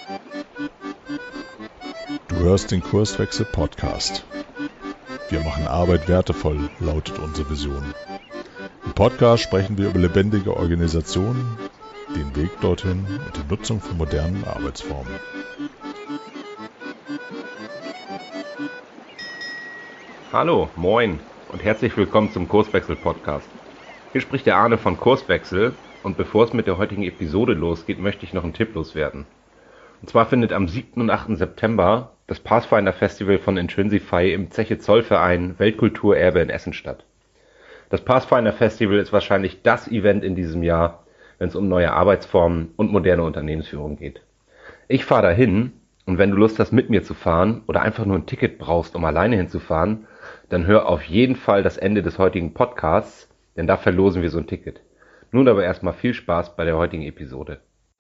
Du hörst den Kurswechsel Podcast. Wir machen Arbeit wertevoll, lautet unsere Vision. Im Podcast sprechen wir über lebendige Organisationen, den Weg dorthin und die Nutzung von modernen Arbeitsformen. Hallo, moin und herzlich willkommen zum Kurswechsel Podcast. Hier spricht der Arne von Kurswechsel und bevor es mit der heutigen Episode losgeht, möchte ich noch einen Tipp loswerden. Und zwar findet am 7. und 8. September das Pathfinder Festival von Intrinsify im Zeche Zollverein Weltkulturerbe in Essen statt. Das Pathfinder Festival ist wahrscheinlich das Event in diesem Jahr, wenn es um neue Arbeitsformen und moderne Unternehmensführung geht. Ich fahre dahin und wenn du Lust hast, mit mir zu fahren oder einfach nur ein Ticket brauchst, um alleine hinzufahren, dann hör auf jeden Fall das Ende des heutigen Podcasts, denn da verlosen wir so ein Ticket. Nun aber erstmal viel Spaß bei der heutigen Episode.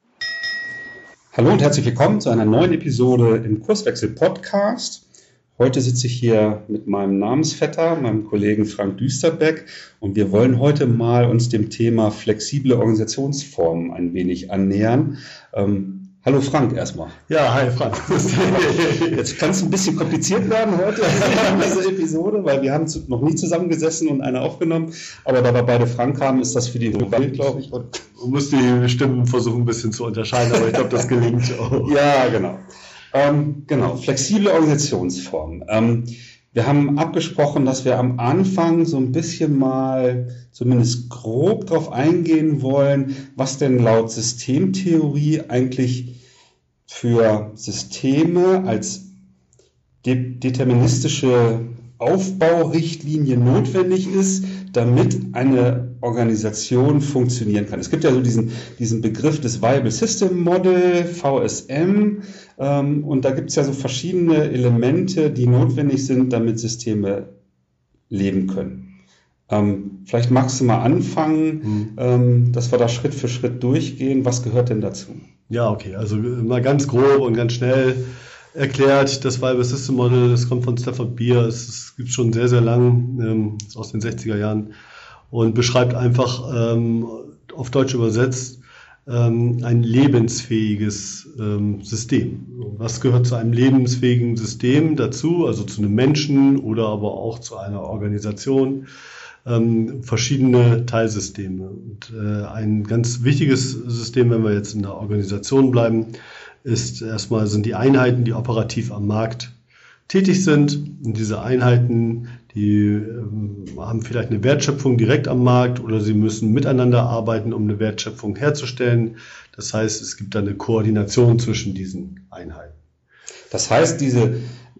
Hallo und herzlich willkommen zu einer neuen Episode im Kurswechsel Podcast. Heute sitze ich hier mit meinem Namensvetter, meinem Kollegen Frank Düsterbeck, und wir wollen heute mal uns dem Thema flexible Organisationsformen ein wenig annähern. Hallo Frank erstmal. Ja, hi Frank. Jetzt kann es ein bisschen kompliziert werden heute in dieser Episode, weil wir haben noch nie zusammengesessen und eine aufgenommen. Aber da wir beide Frank haben, ist das für die Rückwand, glaube ich. Man muss die Stimmen versuchen ein bisschen zu unterscheiden, aber ich glaube, das gelingt auch. Ja, genau. Genau, flexible Organisationsformen. Wir haben abgesprochen, dass wir am Anfang so ein bisschen mal zumindest grob darauf eingehen wollen, was denn laut Systemtheorie eigentlich für Systeme als deterministische Aufbaurichtlinie notwendig ist, damit eine Organisation funktionieren kann. Es gibt ja so diesen Begriff des Viable System Model, VSM, und da gibt es ja so verschiedene Elemente, die notwendig sind, damit Systeme leben können. Vielleicht magst du mal anfangen, dass wir da Schritt für Schritt durchgehen. Was gehört denn dazu? Ja, okay, also mal ganz grob und ganz schnell erklärt, das Viable System Model, das kommt von Stafford Beer, es gibt schon sehr, sehr lang, ist aus den 60er Jahren und beschreibt einfach, auf Deutsch übersetzt, ein lebensfähiges System. Was gehört zu einem lebensfähigen System dazu, also zu einem Menschen oder aber auch zu einer Organisation? Verschiedene Teilsysteme. Und ein ganz wichtiges System, wenn wir jetzt in der Organisation bleiben, ist erstmal sind die Einheiten, die operativ am Markt tätig sind. Und diese Einheiten, die haben vielleicht eine Wertschöpfung direkt am Markt oder sie müssen miteinander arbeiten, um eine Wertschöpfung herzustellen. Das heißt, es gibt da eine Koordination zwischen diesen Einheiten. Das heißt, diese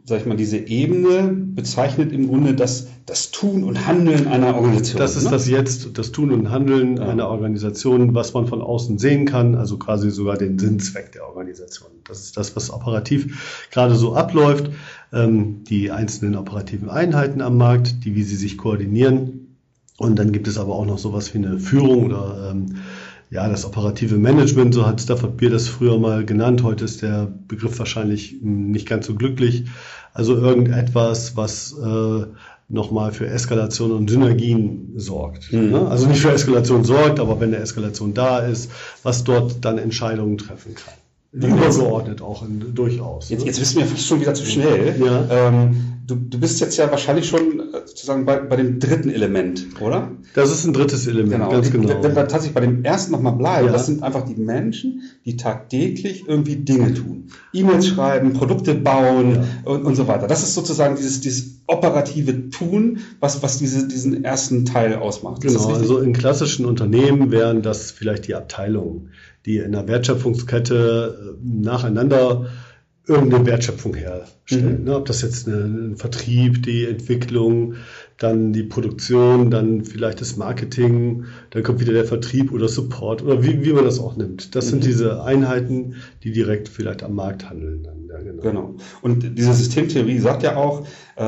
Ebene bezeichnet im Grunde das Tun und Handeln einer Organisation. Das ist das Tun und Handeln einer Organisation, was man von außen sehen kann, also quasi sogar den Sinnzweck der Organisation. Das ist das, was operativ gerade so abläuft. Die einzelnen operativen Einheiten am Markt, wie sie sich koordinieren. Und dann gibt es aber auch noch sowas wie eine Führung oder das operative Management, so hat Stafford Beer das früher mal genannt. Heute ist der Begriff wahrscheinlich nicht ganz so glücklich. Also irgendetwas, was nochmal für Eskalation und Synergien sorgt. Also nicht für Eskalation sorgt, aber wenn eine Eskalation da ist, was dort dann Entscheidungen treffen kann. Übergeordnet auch durchaus. Jetzt wissen wir fast schon wieder zu schnell. Ja. Du bist jetzt ja wahrscheinlich schon sozusagen bei dem dritten Element, oder? Das ist ein drittes Element, ganz genau. Wenn wir tatsächlich bei dem ersten nochmal bleiben, das sind einfach die Menschen, die tagtäglich irgendwie Dinge tun. E-Mails schreiben, Produkte bauen und so weiter. Das ist sozusagen dieses operative Tun, was diesen ersten Teil ausmacht. Genau, also in klassischen Unternehmen wären das vielleicht die Abteilungen, die in der Wertschöpfungskette nacheinander irgendeine Wertschöpfung herstellen. Ob das jetzt ein Vertrieb, die Entwicklung, dann die Produktion, dann vielleicht das Marketing, dann kommt wieder der Vertrieb oder Support oder wie man das auch nimmt. Das sind diese Einheiten, die direkt vielleicht am Markt handeln. Ja, genau. Und diese Systemtheorie sagt ja auch,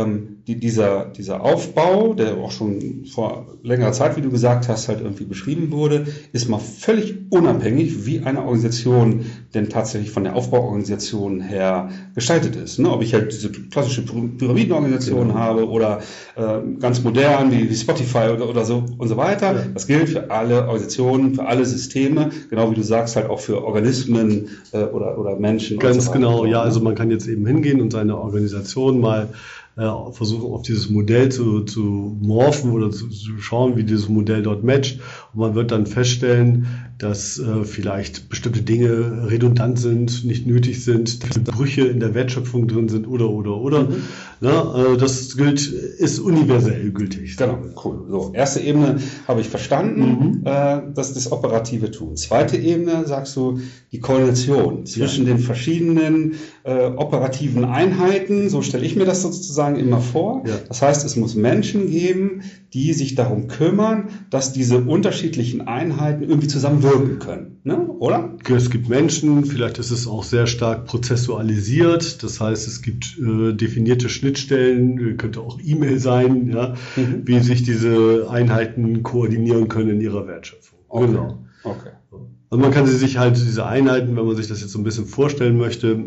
dieser Aufbau, der auch schon vor längerer Zeit, wie du gesagt hast, halt irgendwie beschrieben wurde, ist mal völlig unabhängig, wie eine Organisation denn tatsächlich von der Aufbauorganisation her gestaltet ist. Ne? Ob ich halt diese klassische Pyramidenorganisation habe oder ganz modern wie Spotify oder so und so weiter. Ja. Das gilt für alle Organisationen, für alle Systeme, genau wie du sagst, halt auch für Organismen oder Menschen. Ganz und so weiter. Genau, ja, also man kann jetzt eben hingehen und seine Organisation mal versuchen, auf dieses Modell zu morphen oder zu schauen, wie dieses Modell dort matcht. Und man wird dann feststellen, dass vielleicht bestimmte Dinge redundant sind, nicht nötig sind, Brüche in der Wertschöpfung drin sind oder. Mhm. Ja, das ist universell gültig. Genau, cool. So, erste Ebene habe ich verstanden, das ist das operative Tun. Zweite Ebene, sagst du, die Koordination zwischen den verschiedenen operativen Einheiten, so stelle ich mir das sozusagen immer vor. Ja. Das heißt, es muss Menschen geben, die sich darum kümmern, dass diese unterschiedlichen Einheiten irgendwie zusammenwirken können, ne? Oder? Es gibt Menschen, vielleicht ist es auch sehr stark prozessualisiert, das heißt, es gibt definierte Schnittstellen, könnte auch E-Mail sein, ja, wie sich diese Einheiten koordinieren können in ihrer Wertschöpfung. Okay. Genau. Okay. Also man kann sich halt diese Einheiten, wenn man sich das jetzt so ein bisschen vorstellen möchte,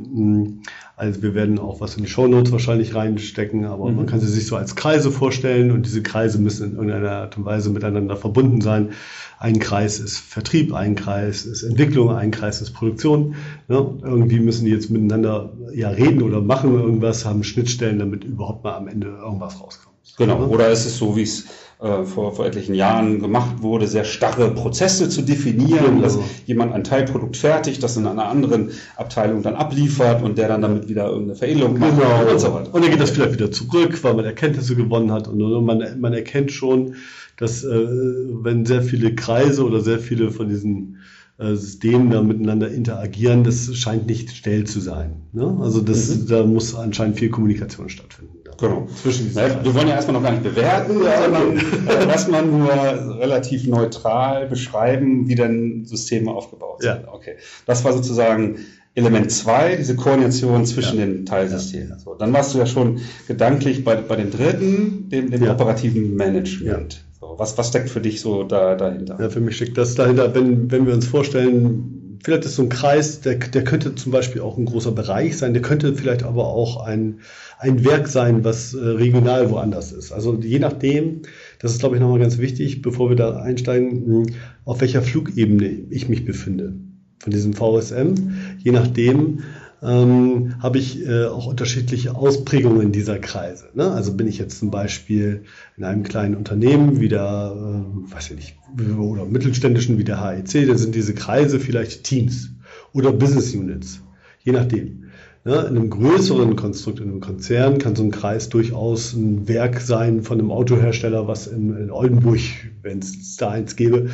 also wir werden auch was in die Shownotes wahrscheinlich reinstecken, aber man kann sie sich so als Kreise vorstellen und diese Kreise müssen in irgendeiner Art und Weise miteinander verbunden sein. Ein Kreis ist Vertrieb, ein Kreis ist Entwicklung, ein Kreis ist Produktion. Ja, irgendwie müssen die jetzt miteinander reden oder machen irgendwas, haben Schnittstellen, damit überhaupt mal am Ende irgendwas rauskommt. Genau, oder ist es so, wie es vor etlichen Jahren gemacht wurde, sehr starre Prozesse zu definieren, dass jemand ein Teilprodukt fertigt, das in einer anderen Abteilung dann abliefert und der dann damit wieder irgendeine Veredelung macht und so weiter. Und dann geht das vielleicht wieder zurück, weil man Erkenntnisse gewonnen hat und man erkennt schon, dass wenn sehr viele Kreise oder sehr viele von diesen Systemen da miteinander interagieren, das scheint nicht schnell zu sein. Ne? Also da muss anscheinend viel Kommunikation stattfinden. Genau. Wir wollen ja erstmal noch gar nicht bewerten, sondern erstmal nur relativ neutral beschreiben, wie denn Systeme aufgebaut sind. Okay. Das war sozusagen Element 2, diese Koordination zwischen den Teilsystemen. So, dann warst du ja schon gedanklich bei dem dritten, dem operativen Management. So, was steckt für dich so dahinter? Ja, für mich steckt das dahinter, wenn wir uns vorstellen, vielleicht ist so ein Kreis, der könnte zum Beispiel auch ein großer Bereich sein, der könnte vielleicht aber auch ein Werk sein, was regional woanders ist. Also je nachdem, das ist glaube ich nochmal ganz wichtig, bevor wir da einsteigen, auf welcher Flugebene ich mich befinde von diesem VSM. Je nachdem habe ich auch unterschiedliche Ausprägungen dieser Kreise. Ne? Also bin ich jetzt zum Beispiel in einem kleinen Unternehmen wie der, oder mittelständischen wie der HEC, da sind diese Kreise vielleicht Teams oder Business Units, je nachdem. Ja, in einem größeren Konstrukt, in einem Konzern, kann so ein Kreis durchaus ein Werk sein von einem Autohersteller, was in Oldenburg, wenn es da eins gäbe,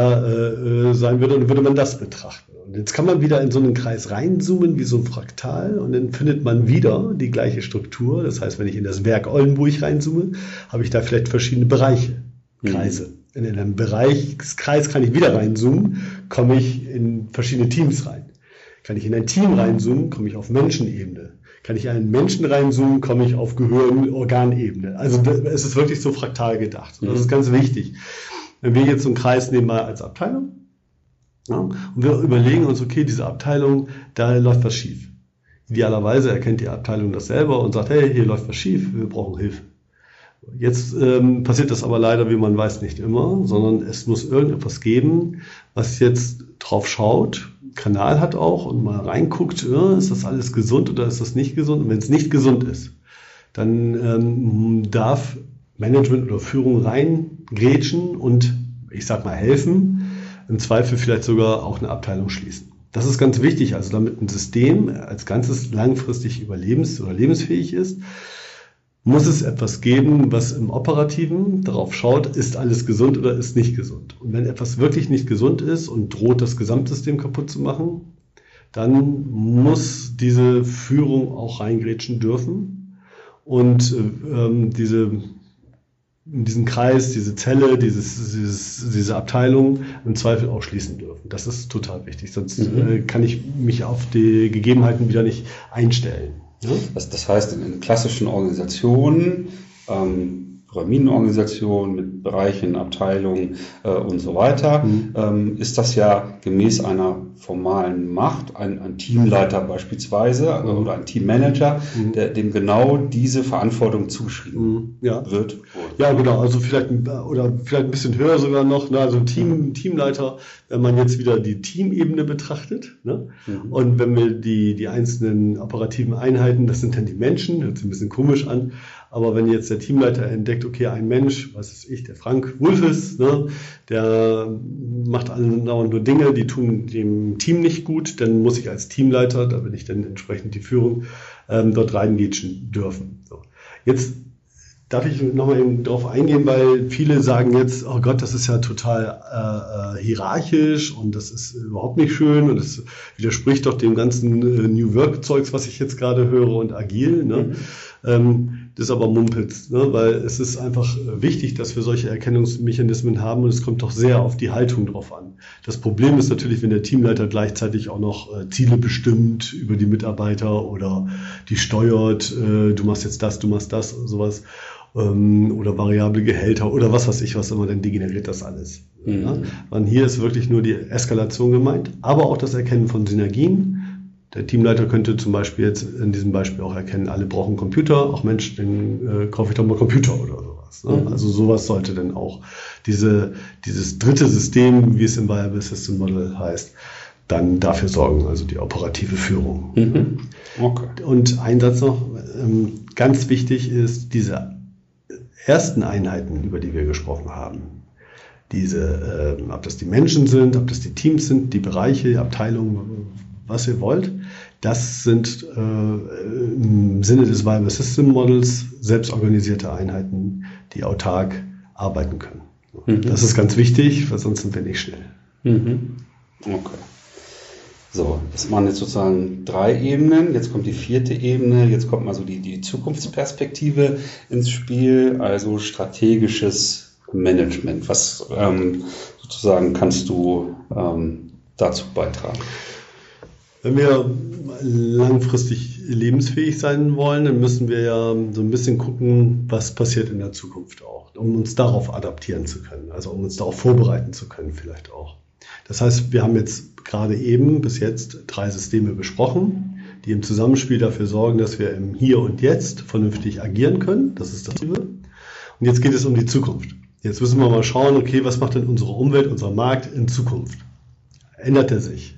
sein würde, und würde man das betrachten. Und jetzt kann man wieder in so einen Kreis reinzoomen, wie so ein Fraktal, und dann findet man wieder die gleiche Struktur. Das heißt, wenn ich in das Werk Oldenburg reinzoome, habe ich da vielleicht verschiedene Bereiche, Kreise. In einem Bereichskreis kann ich wieder reinzoomen, komme ich in verschiedene Teams rein. Kann ich in ein Team reinzoomen, komme ich auf Menschenebene. Kann ich in einen Menschen reinzoomen, komme ich auf Gehirn-Organebene. Also es ist wirklich so fraktal gedacht. Und das ist ganz wichtig. Wenn wir jetzt so einen Kreis nehmen mal als Abteilung, und wir überlegen uns, okay, diese Abteilung, da läuft was schief. Idealerweise erkennt die Abteilung das selber und sagt, hey, hier läuft was schief, wir brauchen Hilfe. Jetzt passiert das aber leider, wie man weiß, nicht immer, sondern es muss irgendetwas geben, was jetzt drauf schaut, Kanal hat auch und mal reinguckt, ist das alles gesund oder ist das nicht gesund? Und wenn es nicht gesund ist, dann darf Management oder Führung reingrätschen und, ich sag mal, helfen, im Zweifel vielleicht sogar auch eine Abteilung schließen. Das ist ganz wichtig, also damit ein System als Ganzes langfristig lebensfähig ist, muss es etwas geben, was im Operativen darauf schaut, ist alles gesund oder ist nicht gesund. Und wenn etwas wirklich nicht gesund ist und droht, das Gesamtsystem kaputt zu machen, dann muss diese Führung auch reingrätschen dürfen und diese in diesen Kreis, diese Zelle, diese Abteilung im Zweifel auch schließen dürfen. Das ist total wichtig, sonst kann ich mich auf die Gegebenheiten wieder nicht einstellen. Ja? Das heißt, in klassischen Organisationen, Pyramidenorganisationen mit Bereichen, Abteilungen und so weiter, ist das ja gemäß einer formalen Macht, ein Teamleiter beispielsweise oder ein Teammanager, dem genau diese Verantwortung zugeschrieben wird. Ja, genau, also vielleicht ein bisschen höher sogar noch, ne? Also ein Teamleiter, wenn man jetzt wieder die Teamebene betrachtet, ne? Und wenn wir die einzelnen operativen Einheiten, das sind dann die Menschen, hört sich ein bisschen komisch an, aber wenn jetzt der Teamleiter entdeckt, okay, ein Mensch, was weiß ich, der Frank Wulfes, ne, der macht andauernd nur Dinge, die tun dem Team nicht gut, dann muss ich als Teamleiter, da bin ich dann entsprechend die Führung, dort reingrätschen dürfen. So. Jetzt darf ich nochmal eben drauf eingehen, weil viele sagen jetzt, oh Gott, das ist ja total hierarchisch und das ist überhaupt nicht schön und das widerspricht doch dem ganzen New Work-Zeugs, was ich jetzt gerade höre und agil. Ne? Das ist aber Mumpitz, ne? Weil es ist einfach wichtig, dass wir solche Erkennungsmechanismen haben und es kommt doch sehr auf die Haltung drauf an. Das Problem ist natürlich, wenn der Teamleiter gleichzeitig auch noch Ziele bestimmt über die Mitarbeiter oder die steuert, du machst jetzt das, du machst das, sowas. Oder variable Gehälter oder was weiß ich, was immer, dann degeneriert das alles. Ja? Und hier ist wirklich nur die Eskalation gemeint, aber auch das Erkennen von Synergien. Der Teamleiter könnte zum Beispiel jetzt in diesem Beispiel auch erkennen, alle brauchen Computer, auch Mensch, dann kaufe ich doch mal Computer oder sowas. Ne? Also sowas sollte dann auch dieses dritte System, wie es im Viable System Model heißt, dann dafür sorgen, also die operative Führung. Okay. Und ein Satz noch, ganz wichtig ist, diese ersten Einheiten, über die wir gesprochen haben, ob das die Menschen sind, ob das die Teams sind, die Bereiche, die Abteilungen, was ihr wollt, das sind im Sinne des Viable System Models selbstorganisierte Einheiten, die autark arbeiten können. Das ist ganz wichtig, weil sonst sind wir nicht schnell. Okay. So, das waren jetzt sozusagen 3 Ebenen. Jetzt kommt die 4. Ebene. Jetzt kommt mal so die Zukunftsperspektive ins Spiel, also strategisches Management. Was sozusagen kannst du dazu beitragen? Wenn wir langfristig lebensfähig sein wollen, dann müssen wir ja so ein bisschen gucken, was passiert in der Zukunft auch, um uns darauf adaptieren zu können, also um uns darauf vorbereiten zu können vielleicht auch. Das heißt, wir haben jetzt gerade eben bis jetzt 3 Systeme besprochen, die im Zusammenspiel dafür sorgen, dass wir im Hier und Jetzt vernünftig agieren können. Das ist das Ziel. Und jetzt geht es um die Zukunft. Jetzt müssen wir mal schauen, okay, was macht denn unsere Umwelt, unser Markt in Zukunft? Ändert er sich?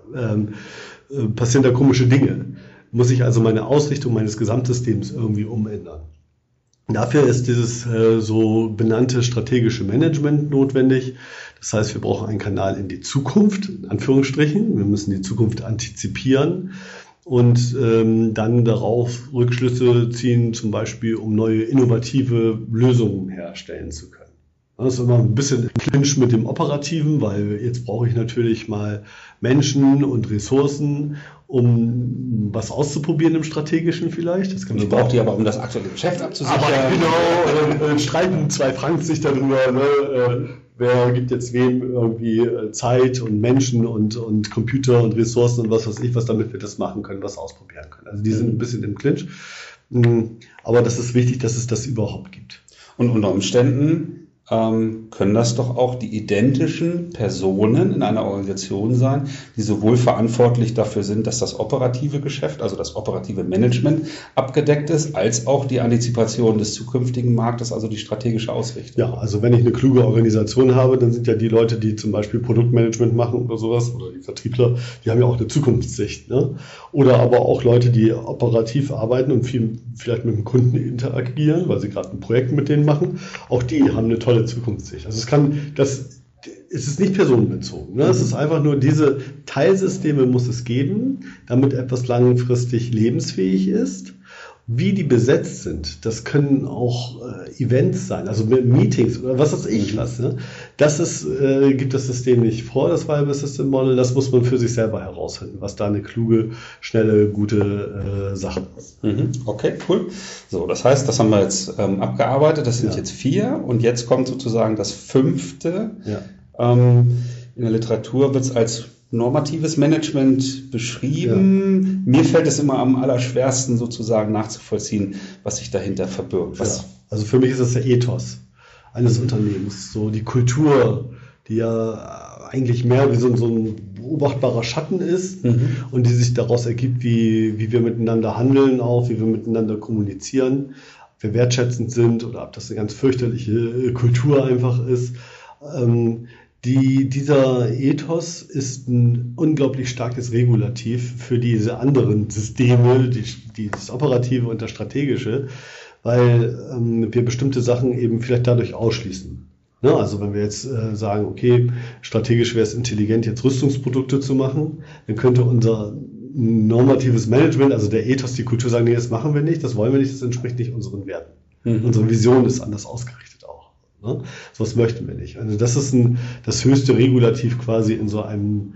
Passieren da komische Dinge? Muss ich also meine Ausrichtung meines Gesamtsystems irgendwie umändern? Dafür ist dieses so benannte strategische Management notwendig. Das heißt, wir brauchen einen Kanal in die Zukunft, in Anführungsstrichen. Wir müssen die Zukunft antizipieren und dann darauf Rückschlüsse ziehen, zum Beispiel, um neue innovative Lösungen herstellen zu können. Das ist immer ein bisschen im Clinch mit dem Operativen, weil jetzt brauche ich natürlich mal Menschen und Ressourcen, um was auszuprobieren im Strategischen vielleicht. Das kann man braucht die aber, um das aktuelle Geschäft abzusichern. Aber genau, streiten 2 Franks sich darüber, ne, wer gibt jetzt wem irgendwie Zeit und Menschen und Computer und Ressourcen und was weiß ich, was damit wir das machen können, was ausprobieren können. Also die sind ein bisschen im Clinch. Aber das ist wichtig, dass es das überhaupt gibt. Und unter Umständen können das doch auch die identischen Personen in einer Organisation sein, die sowohl verantwortlich dafür sind, dass das operative Geschäft, also das operative Management abgedeckt ist, als auch die Antizipation des zukünftigen Marktes, also die strategische Ausrichtung. Ja, also wenn ich eine kluge Organisation habe, dann sind ja die Leute, die zum Beispiel Produktmanagement machen oder sowas, oder die Vertriebler, die haben ja auch eine Zukunftssicht. Ne? Oder aber auch Leute, die operativ arbeiten und viel vielleicht mit dem Kunden interagieren, weil sie gerade ein Projekt mit denen machen. Auch die haben eine tolle Zukunftssicht. Also es ist nicht personenbezogen. Ne? Es ist einfach nur, diese Teilsysteme muss es geben, damit etwas langfristig lebensfähig ist Wie die besetzt sind, das können auch Events sein, also Meetings oder was weiß ich was. Ne? Gibt das System nicht vor, das Viable System Model, das muss man für sich selber herausfinden, was da eine kluge, schnelle, gute Sache ist. Okay, cool. So, das heißt, das haben wir jetzt abgearbeitet, das sind jetzt 4 und jetzt kommt sozusagen das 5. Ja. In der Literatur wird es als normatives Management beschrieben. Ja. Mir fällt es immer am allerschwersten sozusagen nachzuvollziehen, was sich dahinter verbirgt. Also für mich ist das der Ethos eines Unternehmens, so die Kultur, die ja eigentlich mehr wie so ein beobachtbarer Schatten ist und die sich daraus ergibt, wie wir miteinander handeln, auch wie wir miteinander kommunizieren, ob wir wertschätzend sind oder ob das eine ganz fürchterliche Kultur einfach ist. Dieser Ethos ist ein unglaublich starkes Regulativ für diese anderen Systeme, das Operative und das Strategische, weil wir bestimmte Sachen eben vielleicht dadurch ausschließen. Ne? Also wenn wir jetzt sagen, okay, strategisch wäre es intelligent, jetzt Rüstungsprodukte zu machen, dann könnte unser normatives Management, also der Ethos, die Kultur sagen, nee, das machen wir nicht, das wollen wir nicht, das entspricht nicht unseren Werten. Unsere Vision ist anders ausgerichtet auch. Ne? So was möchten wir nicht. Also das ist das höchste Regulativ quasi in so einem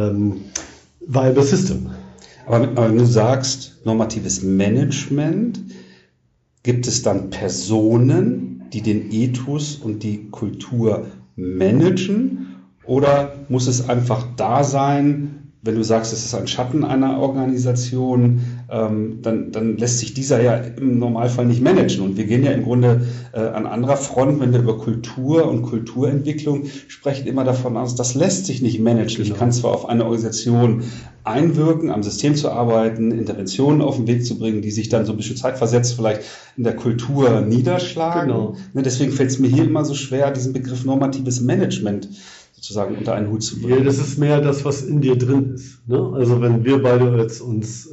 Viable System. Aber wenn du sagst, normatives Management, gibt es dann Personen, die den Ethos und die Kultur managen? Oder muss es einfach da sein, wenn du sagst, es ist ein Schatten einer Organisation, dann lässt sich dieser ja im Normalfall nicht managen. Und wir gehen ja im Grunde an anderer Front, wenn wir über Kultur und Kulturentwicklung sprechen, immer davon aus, das lässt sich nicht managen. Ich kann zwar auf eine Organisation einwirken, am System zu arbeiten, Interventionen auf den Weg zu bringen, die sich dann so ein bisschen zeitversetzt vielleicht in der Kultur niederschlagen. Genau. Deswegen fällt es mir hier immer so schwer, diesen Begriff normatives Management sozusagen unter einen Hut zu bringen. Ja, das ist mehr das, was in dir drin ist. Ne? Also wenn wir beide jetzt uns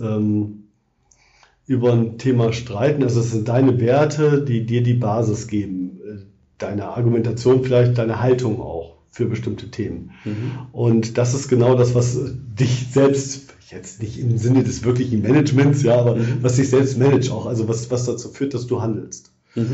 über ein Thema streiten, also es sind deine Werte, die dir die Basis geben, deine Argumentation vielleicht, deine Haltung auch für bestimmte Themen. Und das ist genau das, was dich selbst, jetzt nicht im Sinne des wirklichen Managements, ja, aber was dich selbst managt auch, also was dazu führt, dass du handelst.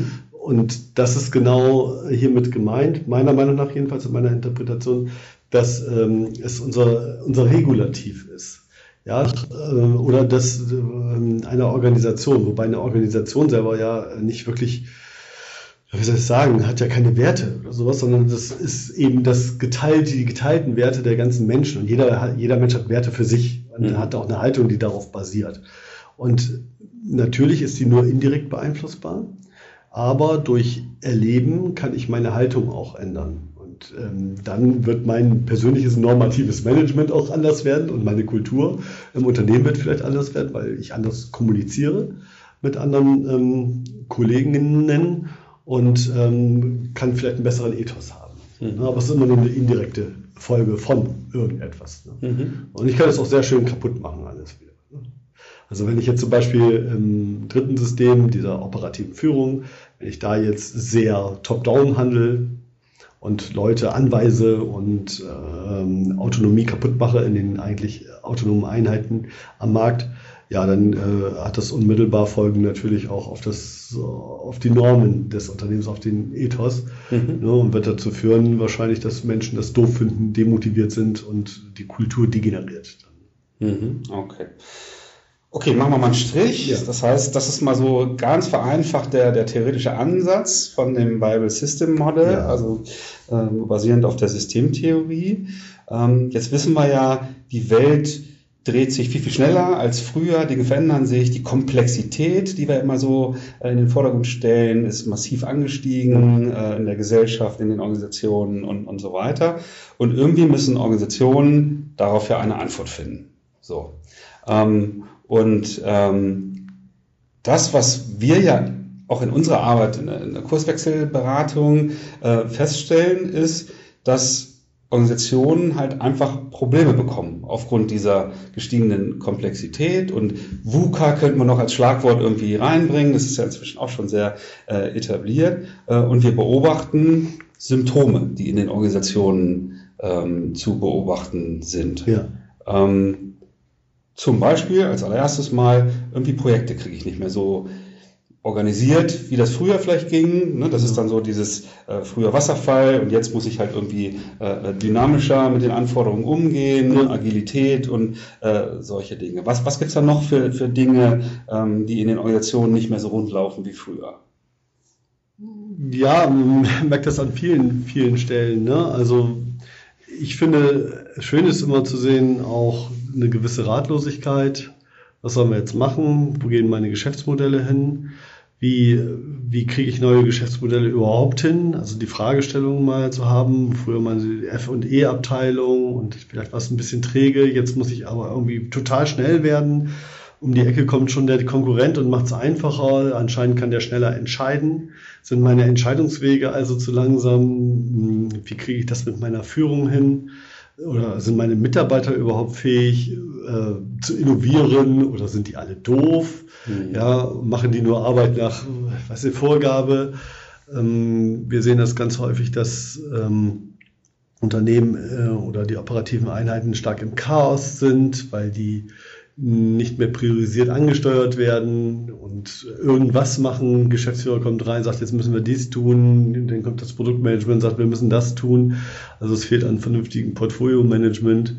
Und das ist genau hiermit gemeint, meiner Meinung nach jedenfalls in meiner Interpretation, dass es unser Regulativ ist. Ja, oder das einer Organisation, wobei eine Organisation selber ja nicht wirklich, wie soll ich sagen, hat ja keine Werte oder sowas, sondern das ist eben die geteilten Werte der ganzen Menschen. Und jeder Mensch hat Werte für sich und hat auch eine Haltung, die darauf basiert. Und natürlich ist die nur indirekt beeinflussbar. Aber durch Erleben kann ich meine Haltung auch ändern. Und dann wird mein persönliches normatives Management auch anders werden und meine Kultur im Unternehmen wird vielleicht anders werden, weil ich anders kommuniziere mit anderen Kolleginnen und kann vielleicht einen besseren Ethos haben. Aber es ist immer nur eine indirekte Folge von irgendetwas. Und ich kann es auch sehr schön kaputt machen, alles wieder. Also wenn ich jetzt zum Beispiel im dritten System dieser operativen Führung, wenn ich da jetzt sehr top-down handle und Leute anweise und Autonomie kaputt mache in den eigentlich autonomen Einheiten am Markt, ja, dann hat das unmittelbar Folgen natürlich auch auf die Normen des Unternehmens, auf den Ethos, ne, und wird dazu führen wahrscheinlich, dass Menschen das doof finden, demotiviert sind und die Kultur degeneriert. Okay. Okay, machen wir mal einen Strich. Ja. Das heißt, das ist mal so ganz vereinfacht der theoretische Ansatz von dem Viable System Model, also basierend auf der Systemtheorie. Jetzt wissen wir ja, die Welt dreht sich viel, viel schneller als früher, Dinge verändern sich, die Komplexität, die wir immer so in den Vordergrund stellen, ist massiv angestiegen in der Gesellschaft, in den Organisationen und so weiter. Und irgendwie müssen Organisationen darauf ja eine Antwort finden. So. Das, was wir ja auch in unserer Arbeit in der Kurswechselberatung feststellen, ist, dass Organisationen halt einfach Probleme bekommen aufgrund dieser gestiegenen Komplexität. Und VUCA könnte man noch als Schlagwort irgendwie reinbringen. Das ist ja inzwischen auch schon sehr etabliert. Und wir beobachten Symptome, die in den Organisationen zu beobachten sind. Ja. zum Beispiel als allererstes mal irgendwie Projekte kriege ich nicht mehr so organisiert, wie das früher vielleicht ging. Ne? Das ist dann so dieses früher Wasserfall und jetzt muss ich halt irgendwie dynamischer mit den Anforderungen umgehen, Agilität und solche Dinge. Was gibt's da noch für Dinge, die in den Organisationen nicht mehr so rund laufen wie früher? Ja, man merkt das an vielen, vielen Stellen. Ne? Also ich finde, schön ist immer zu sehen, auch eine gewisse Ratlosigkeit. Was sollen wir jetzt machen? Wo gehen meine Geschäftsmodelle hin? Wie kriege ich neue Geschäftsmodelle überhaupt hin? Also die Fragestellung mal zu haben. Früher mal die F&E-Abteilung und vielleicht war es ein bisschen träge. Jetzt muss ich aber irgendwie total schnell werden. Um die Ecke kommt schon der Konkurrent und macht es einfacher. Anscheinend kann der schneller entscheiden. Sind meine Entscheidungswege also zu langsam? Wie kriege ich das mit meiner Führung hin? Oder sind meine Mitarbeiter überhaupt fähig zu innovieren? Oder sind die alle doof? Ja, machen die nur Arbeit nach Vorgabe? Wir sehen das ganz häufig, dass Unternehmen oder die operativen Einheiten stark im Chaos sind, weil die nicht mehr priorisiert angesteuert werden und irgendwas machen. Geschäftsführer kommt rein, sagt, jetzt müssen wir dies tun. Dann kommt das Produktmanagement, sagt, wir müssen das tun. Also es fehlt an vernünftigem Portfolio-Management.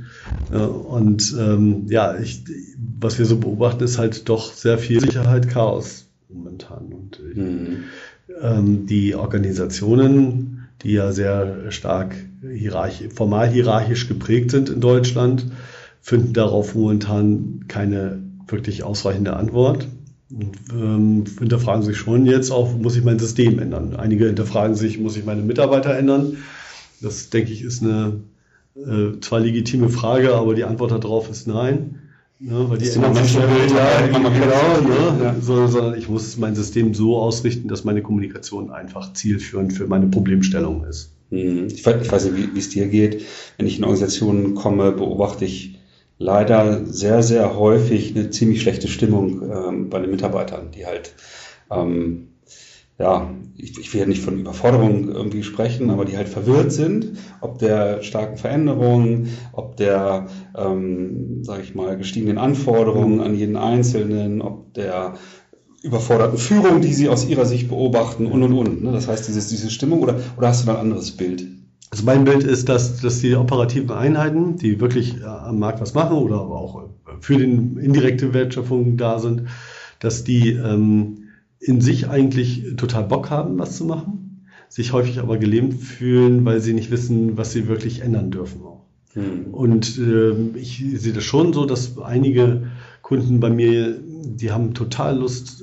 Was wir so beobachten, ist halt doch sehr viel Sicherheit, Chaos momentan. Und die Organisationen, die ja sehr stark formal hierarchisch geprägt sind in Deutschland, finden darauf momentan keine wirklich ausreichende Antwort und hinterfragen sich schon jetzt auch, muss ich mein System ändern? Einige hinterfragen sich, muss ich meine Mitarbeiter ändern? Das, denke ich, ist eine zwar legitime Frage, aber die Antwort darauf ist nein. Ne, weil die ändern sich sondern ich muss mein System so ausrichten, dass meine Kommunikation einfach zielführend für meine Problemstellung ist. Ich weiß nicht, wie es dir geht. Wenn ich in Organisationen komme, beobachte ich leider sehr, sehr häufig eine ziemlich schlechte Stimmung bei den Mitarbeitern, die halt, ich will ja nicht von Überforderung irgendwie sprechen, aber die halt verwirrt sind, ob der starken Veränderungen, ob der, gestiegenen Anforderungen an jeden Einzelnen, ob der überforderten Führung, die sie aus ihrer Sicht beobachten und. Ne? Das heißt, diese Stimmung, oder hast du da ein anderes Bild? Also mein Bild ist, dass die operativen Einheiten, die wirklich am Markt was machen oder aber auch für die indirekte Wertschöpfung da sind, dass die in sich eigentlich total Bock haben, was zu machen, sich häufig aber gelähmt fühlen, weil sie nicht wissen, was sie wirklich ändern dürfen auch. Und ich sehe das schon so, dass einige Kunden bei mir, die haben total Lust,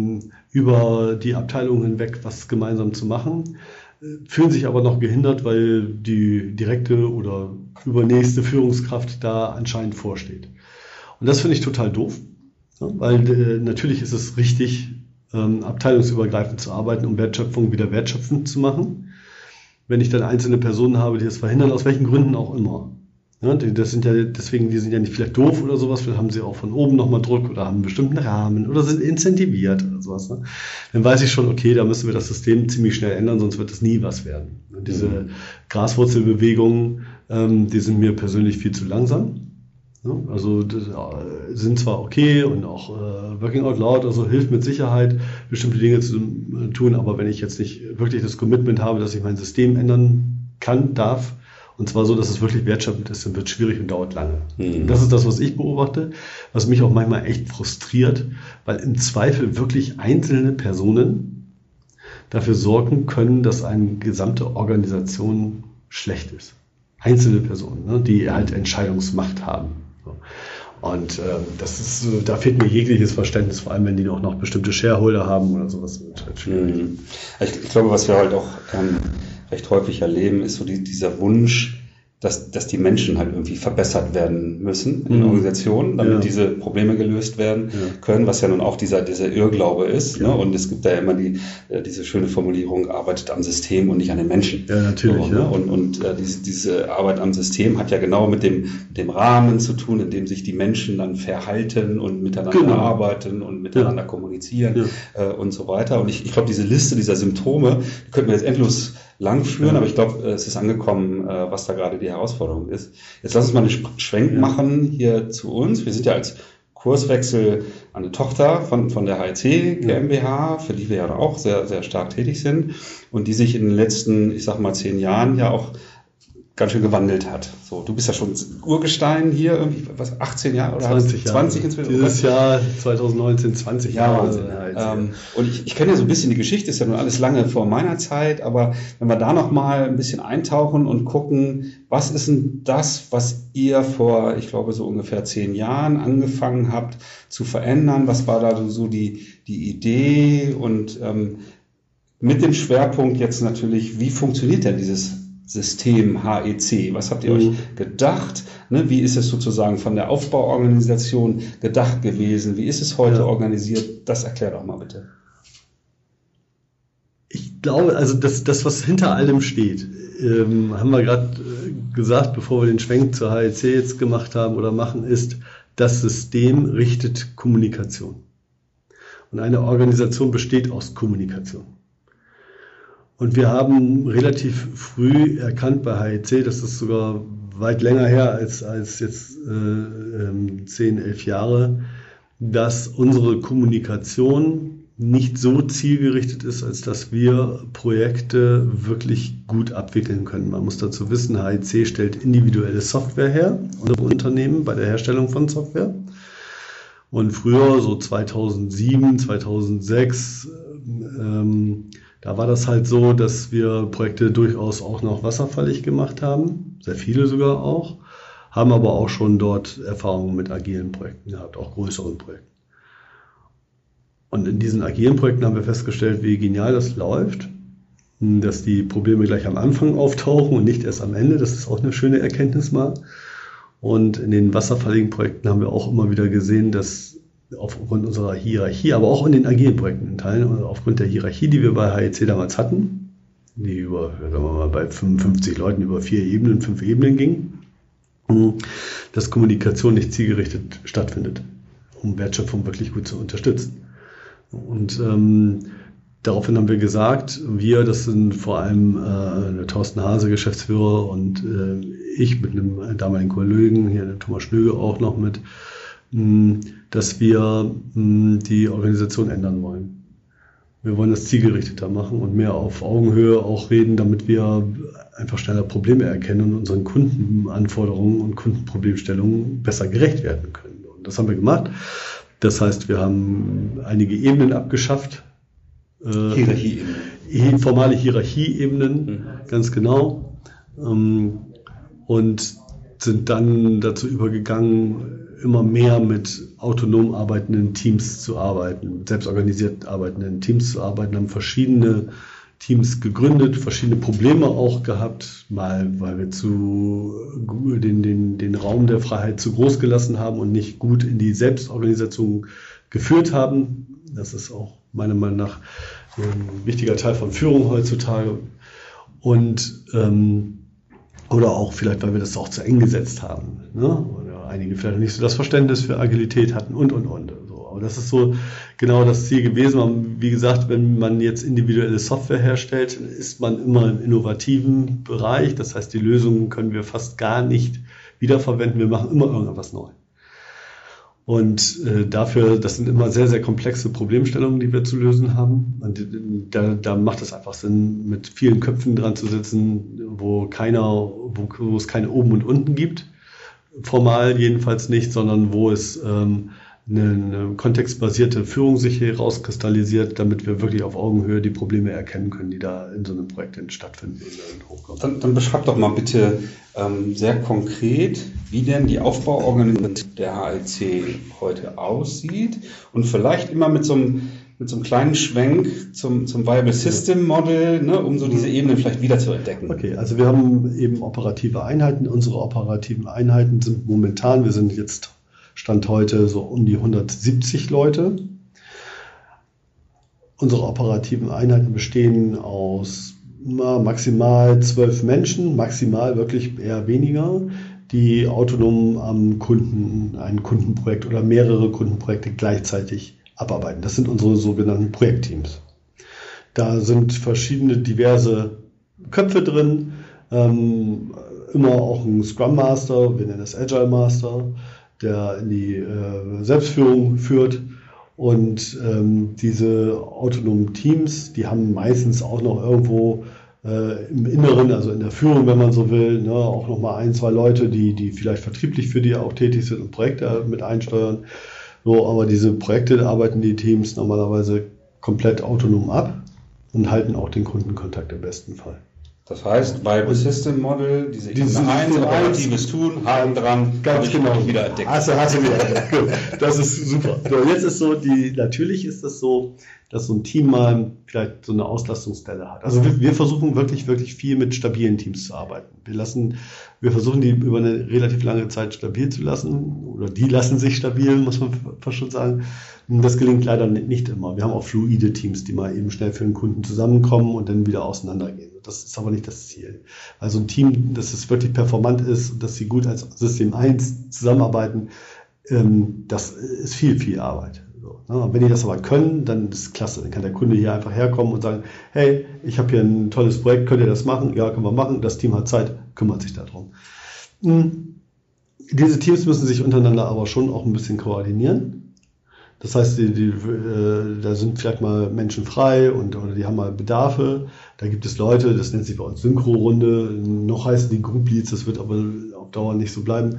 über die Abteilung hinweg was gemeinsam zu machen, fühlen sich aber noch gehindert, weil die direkte oder übernächste Führungskraft da anscheinend vorsteht. Und das finde ich total doof, weil natürlich ist es richtig, abteilungsübergreifend zu arbeiten, um Wertschöpfung wieder wertschöpfend zu machen. Wenn ich dann einzelne Personen habe, die das verhindern, aus welchen Gründen auch immer. Ja, die sind ja nicht vielleicht doof oder sowas, vielleicht haben sie auch von oben nochmal Druck oder haben einen bestimmten Rahmen oder sind incentiviert oder sowas. Ne? Dann weiß ich schon, okay, da müssen wir das System ziemlich schnell ändern, sonst wird das nie was werden. Und diese Graswurzelbewegungen, die sind mir persönlich viel zu langsam. Ja, also sind zwar okay und auch Working Out Loud, also hilft mit Sicherheit, bestimmte Dinge zu tun, aber wenn ich jetzt nicht wirklich das Commitment habe, dass ich mein System ändern darf, und zwar so, dass es wirklich wertschöpfend ist, dann wird es schwierig und dauert lange. Und das ist das, was ich beobachte, was mich auch manchmal echt frustriert, weil im Zweifel wirklich einzelne Personen dafür sorgen können, dass eine gesamte Organisation schlecht ist. Einzelne Personen, ne, die halt Entscheidungsmacht haben. Und da fehlt mir jegliches Verständnis, vor allem wenn die auch noch bestimmte Shareholder haben oder sowas. Wird halt schwierig. Ich glaube, was wir halt auch recht häufig erleben, ist so dieser Wunsch, dass die Menschen halt irgendwie verbessert werden müssen in Organisationen, damit diese Probleme gelöst werden können, was ja nun auch dieser Irrglaube ist. Ne? Und es gibt da ja immer diese schöne Formulierung, arbeitet am System und nicht an den Menschen. Ja, natürlich. So, ne? Und diese Arbeit am System hat ja genau mit dem Rahmen zu tun, in dem sich die Menschen dann verhalten und miteinander arbeiten und miteinander kommunizieren und so weiter. Und ich glaube, diese Liste dieser Symptome, die könnten wir jetzt endlos lang führen, aber ich glaube, es ist angekommen, was da gerade die Herausforderung ist. Jetzt lass uns mal einen Schwenk machen hier zu uns. Wir sind ja als Kurswechsel eine Tochter von der HEC GmbH, für die wir ja auch sehr, sehr stark tätig sind und die sich in den letzten, ich sag mal, 10 Jahren ja auch ganz schön gewandelt hat. So, du bist ja schon Urgestein hier, irgendwie, was, 18 Jahre oder 20 Jahre. 20 inzwischen? Dieses Jahr 2019, 20 Jahre. Wahnsinn. Und ich kenne ja so ein bisschen die Geschichte, ist ja nun alles lange vor meiner Zeit, aber wenn wir da nochmal ein bisschen eintauchen und gucken, was ist denn das, was ihr vor, ich glaube, so ungefähr 10 Jahren angefangen habt zu verändern? Was war da so die Idee? Und mit dem Schwerpunkt jetzt natürlich, wie funktioniert denn dieses System HEC? Was habt ihr euch gedacht? Ne, wie ist es sozusagen von der Aufbauorganisation gedacht gewesen? Wie ist es heute organisiert? Das erklär doch mal bitte. Ich glaube, also das was hinter allem steht, haben wir gerade gesagt, bevor wir den Schwenk zur HEC jetzt gemacht haben oder machen, ist, das System richtet Kommunikation. Und eine Organisation besteht aus Kommunikation. Und wir haben relativ früh erkannt bei HEC, das ist sogar weit länger her als jetzt 10, 11 Jahre, dass unsere Kommunikation nicht so zielgerichtet ist, als dass wir Projekte wirklich gut abwickeln können. Man muss dazu wissen, HEC stellt individuelle Software her, unsere Unternehmen bei der Herstellung von Software. Und früher, so 2007, 2006, da war das halt so, dass wir Projekte durchaus auch noch wasserfallig gemacht haben, sehr viele sogar auch, haben aber auch schon dort Erfahrungen mit agilen Projekten gehabt, auch größeren Projekten. Und in diesen agilen Projekten haben wir festgestellt, wie genial das läuft, dass die Probleme gleich am Anfang auftauchen und nicht erst am Ende. Das ist auch eine schöne Erkenntnis mal. Und in den wasserfalligen Projekten haben wir auch immer wieder gesehen, dass aufgrund unserer Hierarchie, aber auch in den agilen Projekten in Teilen, aufgrund der Hierarchie, die wir bei HEC damals hatten, die über, sagen wir mal, bei 55 Leuten über 5 Ebenen ging, dass Kommunikation nicht zielgerichtet stattfindet, um Wertschöpfung wirklich gut zu unterstützen. Und daraufhin haben wir gesagt, das sind vor allem der Thorsten Hase, Geschäftsführer, und ich mit einem damaligen Kollegen, hier der Thomas Schnöge auch noch mit, dass wir die Organisation ändern wollen. Wir wollen das zielgerichteter machen und mehr auf Augenhöhe auch reden, damit wir einfach schneller Probleme erkennen und unseren Kundenanforderungen und Kundenproblemstellungen besser gerecht werden können. Und das haben wir gemacht. Das heißt, wir haben einige Ebenen abgeschafft. Hierarchieebenen. Formale Hierarchieebenen, ganz genau. Und sind dann dazu übergegangen, immer mehr mit autonom arbeitenden Teams zu arbeiten, mit selbstorganisiert arbeitenden Teams zu arbeiten, haben verschiedene Teams gegründet, verschiedene Probleme auch gehabt, mal weil wir den Raum der Freiheit zu groß gelassen haben und nicht gut in die Selbstorganisation geführt haben. Das ist auch meiner Meinung nach ein wichtiger Teil von Führung heutzutage. Und oder auch vielleicht, weil wir das auch zu eng gesetzt haben, ne? Oder einige vielleicht nicht so das Verständnis für Agilität hatten und. So. Aber das ist so genau das Ziel gewesen. Wie gesagt, wenn man jetzt individuelle Software herstellt, ist man immer im innovativen Bereich. Das heißt, die Lösungen können wir fast gar nicht wiederverwenden. Wir machen immer irgendwas neu. Und dafür, das sind immer sehr, sehr komplexe Problemstellungen, die wir zu lösen haben. Und da macht es einfach Sinn, mit vielen Köpfen dran zu sitzen, wo es keine oben und unten gibt. Formal jedenfalls nicht, sondern wo es eine kontextbasierte Führung sich herauskristallisiert, damit wir wirklich auf Augenhöhe die Probleme erkennen können, die da in so einem Projekt stattfinden und hochkommen. Dann beschreib doch mal bitte sehr konkret, wie denn die Aufbauorganisation der HEC heute aussieht und vielleicht immer mit so einem kleinen Schwenk zum Viable System Model, ne, um so diese Ebenen vielleicht wieder zu entdecken. Okay, also wir haben eben operative Einheiten. Unsere operativen Einheiten sind momentan, wir sind jetzt Stand heute so um die 170 Leute. Unsere operativen Einheiten bestehen aus maximal 12 Menschen, maximal wirklich eher weniger, die autonom am Kunden ein Kundenprojekt oder mehrere Kundenprojekte gleichzeitig abarbeiten. Das sind unsere sogenannten Projektteams. Da sind verschiedene diverse Köpfe drin, immer auch ein Scrum Master, wir nennen das Agile Master, der in die Selbstführung führt. Und diese autonomen Teams, die haben meistens auch noch irgendwo im Inneren, also in der Führung, wenn man so will, ne, auch nochmal 1, 2 Leute, die vielleicht vertrieblich für die auch tätig sind und Projekte mit einsteuern. So, aber diese Projekte arbeiten die Teams normalerweise komplett autonom ab und halten auch den Kundenkontakt im besten Fall. Das heißt, Viable System Model, diese Ebene 1, operatives Tun, Haken dran, ganz genau. Wieder entdeckt. Hast du wieder entdeckt. Das ist super. So, jetzt ist so, natürlich ist das so, dass so ein Team mal vielleicht so eine Auslastungsstelle hat. Also wir versuchen wirklich, wirklich viel mit stabilen Teams zu arbeiten. Wir versuchen die über eine relativ lange Zeit stabil zu lassen, oder die lassen sich stabil, muss man fast schon sagen. Das gelingt leider nicht immer. Wir haben auch fluide Teams, die mal eben schnell für den Kunden zusammenkommen und dann wieder auseinandergehen. Das ist aber nicht das Ziel. Also ein Team, dass es wirklich performant ist und dass sie gut als System 1 zusammenarbeiten, das ist viel, viel Arbeit. Und wenn die das aber können, dann ist es klasse. Dann kann der Kunde hier einfach herkommen und sagen, hey, ich habe hier ein tolles Projekt, könnt ihr das machen? Ja, können wir machen. Das Team hat Zeit, kümmert sich darum. Diese Teams müssen sich untereinander aber schon auch ein bisschen koordinieren. Das heißt, da sind vielleicht mal Menschen frei oder die haben mal Bedarfe. Da gibt es Leute, das nennt sich bei uns Synchro-Runde, noch heißen die Group Leads, das wird aber auf Dauer nicht so bleiben,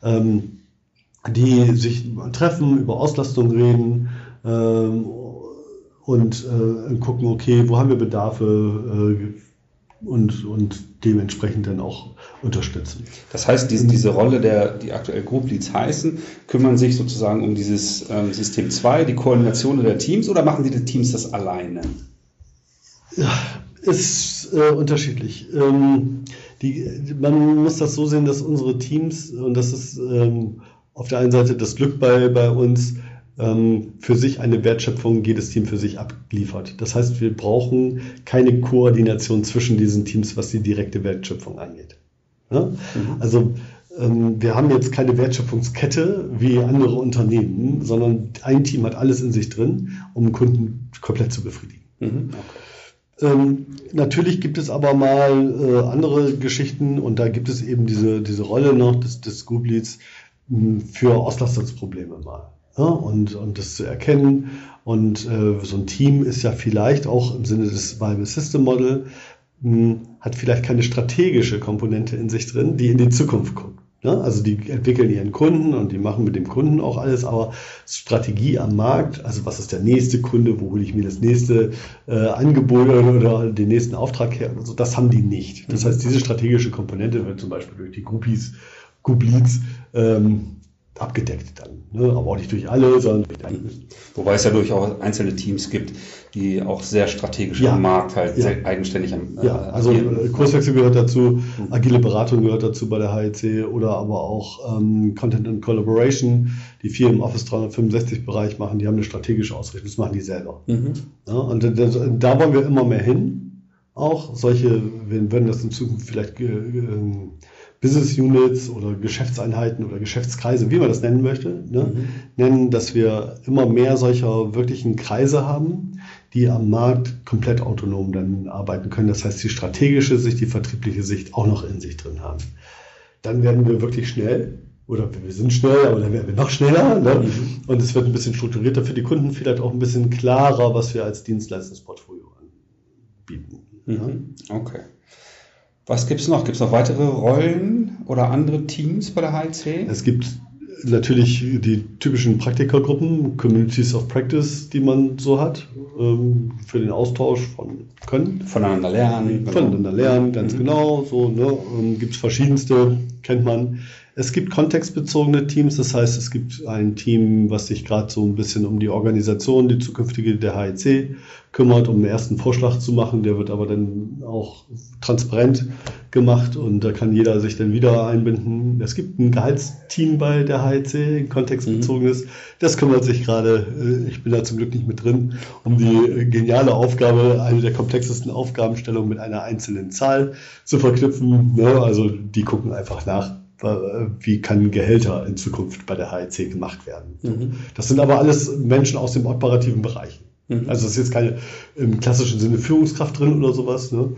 die sich treffen, über Auslastung reden und gucken, okay, wo haben wir Bedarfe und dementsprechend dann auch unterstützen. Das heißt, diese Rolle, die aktuell Group Leads heißen, kümmern sich sozusagen um dieses System 2, die Koordination der Teams, oder machen die Teams das alleine? Ja, ist unterschiedlich. Man muss das so sehen, dass unsere Teams, und das ist auf der einen Seite das Glück bei uns, für sich eine Wertschöpfung jedes Team für sich abliefert. Das heißt, wir brauchen keine Koordination zwischen diesen Teams, was die direkte Wertschöpfung angeht. Ja? Also wir haben jetzt keine Wertschöpfungskette wie andere Unternehmen, sondern ein Team hat alles in sich drin, um den Kunden komplett zu befriedigen. Okay. Natürlich gibt es aber mal andere Geschichten, und da gibt es eben diese Rolle noch des Group Leads für Auslastungsprobleme mal. Ja, und das zu erkennen. Und so ein Team ist ja vielleicht auch im Sinne des Viable System Model, hat vielleicht keine strategische Komponente in sich drin, die in die Zukunft guckt. Ja, also die entwickeln ihren Kunden und die machen mit dem Kunden auch alles, aber Strategie am Markt, also was ist der nächste Kunde, wo hole ich mir das nächste Angebot oder den nächsten Auftrag her, also das haben die nicht. Das heißt, diese strategische Komponente wird zum Beispiel durch die Group Leads abgedeckt dann, ne? Aber auch nicht durch alle, sondern durch einige. Wobei es ja durchaus einzelne Teams gibt, die auch sehr strategisch am Markt sehr eigenständig also Kurswechsel gehört dazu, agile Beratung gehört dazu bei der HEC, oder aber auch Content and Collaboration, die viel im Office 365 Bereich machen, die haben eine strategische Ausrichtung, das machen die selber. Ja, und da wollen wir immer mehr hin. Auch solche, wir werden das in Zukunft vielleicht Business Units oder Geschäftseinheiten oder Geschäftskreise, wie man das nennen möchte, nennen, dass wir immer mehr solcher wirklichen Kreise haben, die am Markt komplett autonom dann arbeiten können. Das heißt, die strategische Sicht, die vertriebliche Sicht auch noch in sich drin haben. Dann werden wir wirklich schnell, oder wir sind schnell, aber dann werden wir noch schneller. Ne? Und es wird ein bisschen strukturierter für die Kunden, vielleicht auch ein bisschen klarer, was wir als Dienstleistungsportfolio anbieten. Ja? Okay. Was gibt es noch? Gibt es noch weitere Rollen oder andere Teams bei der HEC? Es gibt natürlich die typischen Praktikergruppen, Communities of Practice, die man so hat, für den Austausch von Können. Voneinander lernen. Voneinander lernen, ganz genau. So, ne? Gibt es verschiedenste, kennt man. Es gibt kontextbezogene Teams, das heißt, es gibt ein Team, was sich gerade so ein bisschen um die Organisation, die zukünftige der HEC kümmert, um einen ersten Vorschlag zu machen. Der wird aber dann auch transparent gemacht und da kann jeder sich dann wieder einbinden. Es gibt ein Gehaltsteam bei der HEC, ein kontextbezogenes. Das kümmert sich gerade, ich bin da zum Glück nicht mit drin, um die geniale Aufgabe, eine der komplexesten Aufgabenstellungen mit einer einzelnen Zahl zu verknüpfen. Ja, also die gucken einfach nach, wie kann Gehälter in Zukunft bei der HEC gemacht werden. Das sind aber alles Menschen aus dem operativen Bereich. Also es ist jetzt keine im klassischen Sinne Führungskraft drin oder sowas, ne?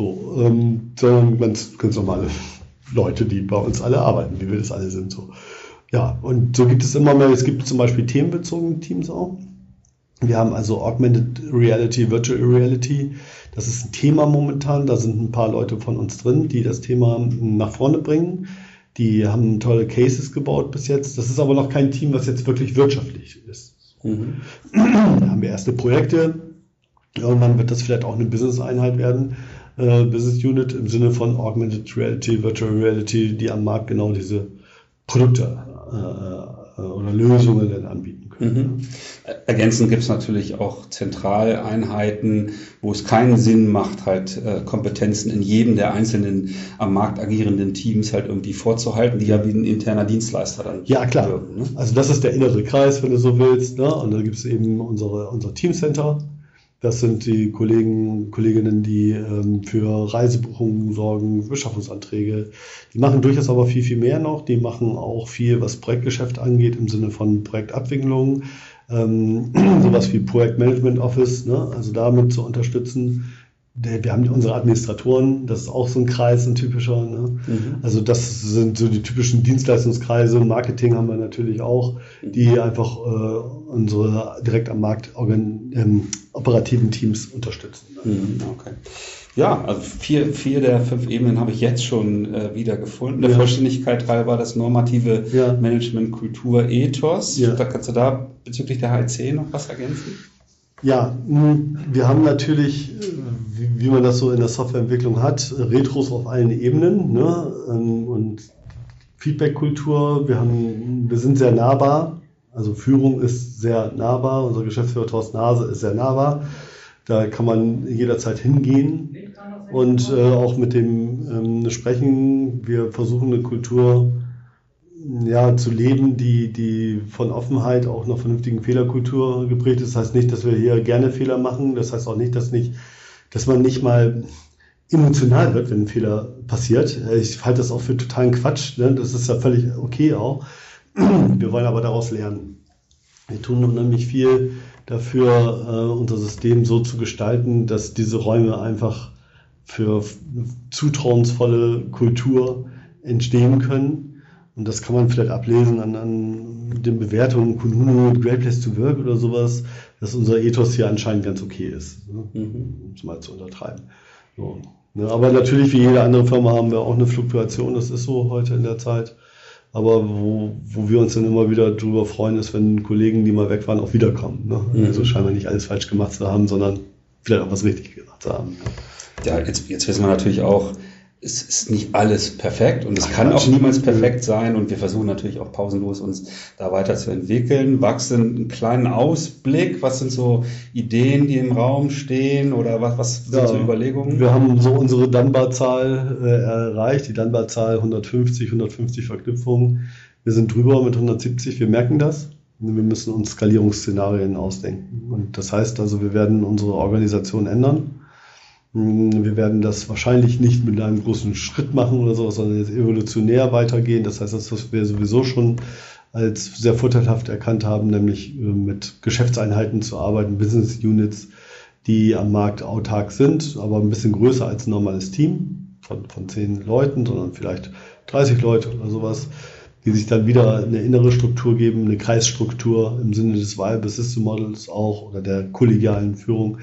Sondern ganz normale Leute, die bei uns alle arbeiten, wie wir das alle sind. So. Ja, und so gibt es immer mehr, es gibt zum Beispiel themenbezogene Teams auch. Wir haben also Augmented Reality, Virtual Reality. Das ist ein Thema momentan. Da sind ein paar Leute von uns drin, die das Thema nach vorne bringen. Die haben tolle Cases gebaut bis jetzt. Das ist aber noch kein Team, was jetzt wirklich wirtschaftlich ist. Da haben wir erste Projekte. Irgendwann wird das vielleicht auch eine Business-Einheit werden. Business Unit im Sinne von Augmented Reality, Virtual Reality, die am Markt genau diese Produkte oder Lösungen dann anbieten können. Ergänzend gibt es natürlich auch Zentraleinheiten, wo es keinen Sinn macht, halt Kompetenzen in jedem der einzelnen am Markt agierenden Teams halt irgendwie vorzuhalten, die ja wie ein interner Dienstleister dann wirken. Ne? Also das ist der innere Kreis, wenn du so willst. Ne? Und da gibt es eben unser Teamcenter. Das sind die Kolleginnen, die für Reisebuchungen sorgen, Beschaffungsanträge. Die machen durchaus aber viel, viel mehr noch. Die machen auch viel, was Projektgeschäft angeht, im Sinne von Projektabwicklung. Sowas wie Projektmanagement Office, ne? Also damit zu unterstützen. Wir haben unsere Administratoren, das ist auch so ein Kreis, ein typischer. Ne? Also das sind so die typischen Dienstleistungskreise. Marketing haben wir natürlich auch, die einfach unsere direkt am Markt operativen Teams unterstützen. Okay. Ja, also vier der 5 Ebenen habe ich jetzt schon wieder gefunden. Der Vollständigkeit halber das normative Management, Kultur, Ethos. Ja. Da kannst du da bezüglich der HLC noch was ergänzen? Ja, wir haben natürlich, wie man das so in der Softwareentwicklung hat, Retros auf allen Ebenen, ne? Und Feedback-Kultur. Wir sind sehr nahbar. Also Führung ist sehr nahbar. Unser Geschäftsführer Thorsten Hase ist sehr nahbar. Da kann man jederzeit hingehen und auch mit dem sprechen. Wir versuchen eine Kultur zu leben, die von Offenheit, auch einer vernünftigen Fehlerkultur geprägt ist. Das heißt nicht, dass wir hier gerne Fehler machen. Das heißt auch nicht, dass man nicht mal emotional wird, wenn ein Fehler passiert. Ich halte das auch für totalen Quatsch. Ne? Das ist ja völlig okay auch. Wir wollen aber daraus lernen. Wir tun unheimlich viel dafür, unser System so zu gestalten, dass diese Räume einfach für zutrauensvolle Kultur entstehen können. Und das kann man vielleicht ablesen an den Bewertungen, Kununu, Great Place to Work oder sowas, dass unser Ethos hier anscheinend ganz okay ist, ne? Um es mal zu untertreiben. So, ne? Aber natürlich, wie jede andere Firma, haben wir auch eine Fluktuation, das ist so heute in der Zeit. Aber wo wir uns dann immer wieder drüber freuen, ist, wenn Kollegen, die mal weg waren, auch wiederkommen. Ne? Also scheinbar nicht alles falsch gemacht zu haben, sondern vielleicht auch was richtig gemacht zu haben. Ja, jetzt wissen wir natürlich auch, es ist nicht alles perfekt und es kann auch niemals perfekt sein und wir versuchen natürlich auch pausenlos uns da weiterzuentwickeln. Wachsen einen kleinen Ausblick, was sind so Ideen, die im Raum stehen oder was sind so Überlegungen? Wir haben so unsere Dunbar-Zahl erreicht, die Dunbar-Zahl 150 Verknüpfungen. Wir sind drüber mit 170, wir merken das. Wir müssen uns Skalierungsszenarien ausdenken und das heißt also, wir werden unsere Organisation ändern. Wir werden das wahrscheinlich nicht mit einem großen Schritt machen oder sowas, sondern jetzt evolutionär weitergehen. Das heißt, das, was wir sowieso schon als sehr vorteilhaft erkannt haben, nämlich mit Geschäftseinheiten zu arbeiten, Business Units, die am Markt autark sind, aber ein bisschen größer als ein normales Team von 10 Leuten, sondern vielleicht 30 Leute oder sowas, die sich dann wieder eine innere Struktur geben, eine Kreisstruktur im Sinne des Viable System Models auch oder der kollegialen Führung.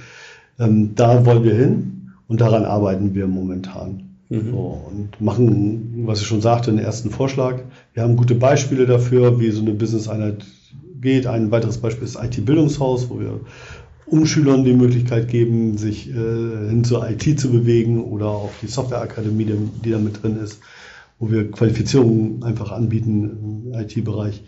Da wollen wir hin. Und daran arbeiten wir momentan. So, und machen, was ich schon sagte, einen ersten Vorschlag. Wir haben gute Beispiele dafür, wie so eine Business-Einheit geht. Ein weiteres Beispiel ist IT-Bildungshaus, wo wir Umschülern die Möglichkeit geben, sich hin zur IT zu bewegen oder auch die Softwareakademie, die da mit drin ist, wo wir Qualifizierungen einfach anbieten im IT-Bereich.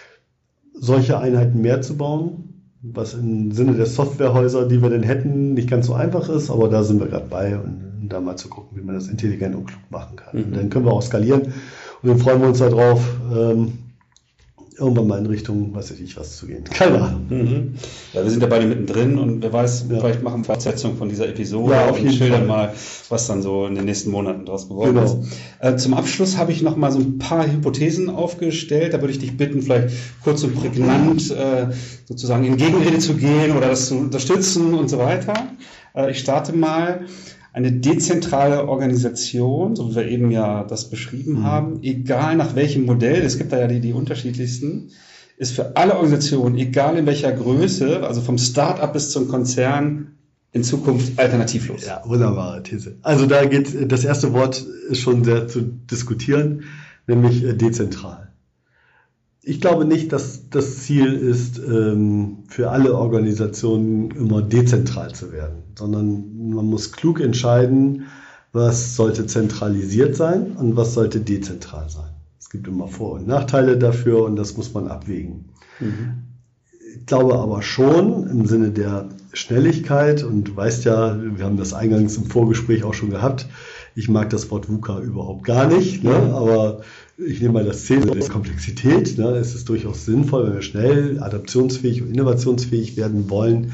Solche Einheiten mehr zu bauen, was im Sinne der Softwarehäuser, die wir denn hätten, nicht ganz so einfach ist, aber da sind wir gerade bei und da mal zu gucken, wie man das intelligent und klug machen kann. Und dann können wir auch skalieren und dann freuen wir uns darauf, irgendwann mal in Richtung, weiß ich nicht, was zu gehen. Keine Ahnung. Mhm. Ja, wir sind ja beide mittendrin und wer weiß, vielleicht machen wir Fortsetzung von dieser Episode und schildern mal, was dann so in den nächsten Monaten draus geworden ist. Zum Abschluss habe ich noch mal so ein paar Hypothesen aufgestellt. Da würde ich dich bitten, vielleicht kurz und prägnant sozusagen in Gegenrede zu gehen oder das zu unterstützen und so weiter. Ich starte mal. Eine dezentrale Organisation, so wie wir eben ja das beschrieben haben, egal nach welchem Modell, es gibt da ja die unterschiedlichsten, ist für alle Organisationen, egal in welcher Größe, also vom Start-up bis zum Konzern, in Zukunft alternativlos. Ja, wunderbare These. Also da geht das erste Wort ist schon sehr zu diskutieren, nämlich dezentral. Ich glaube nicht, dass das Ziel ist, für alle Organisationen immer dezentral zu werden, sondern man muss klug entscheiden, was sollte zentralisiert sein und was sollte dezentral sein. Es gibt immer Vor- und Nachteile dafür und das muss man abwägen. Ich glaube aber schon im Sinne der Schnelligkeit, und du weißt ja, wir haben das eingangs im Vorgespräch auch schon gehabt, ich mag das Wort VUCA überhaupt gar nicht, ne? Aber ich nehme mal das Ziel der Komplexität. Ne? Es ist durchaus sinnvoll, wenn wir schnell adaptionsfähig und innovationsfähig werden wollen,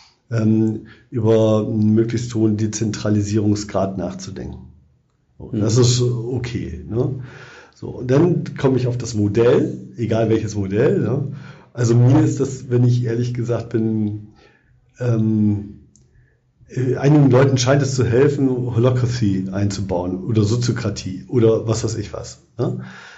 über einen möglichst hohen Dezentralisierungsgrad nachzudenken. So, das ist okay. Ne? So, und dann komme ich auf das Modell, egal welches Modell. Ne? Also mir ist das, wenn ich ehrlich gesagt bin, einigen Leuten scheint es zu helfen, Holacracy einzubauen oder Soziokratie oder was weiß ich was. Ne?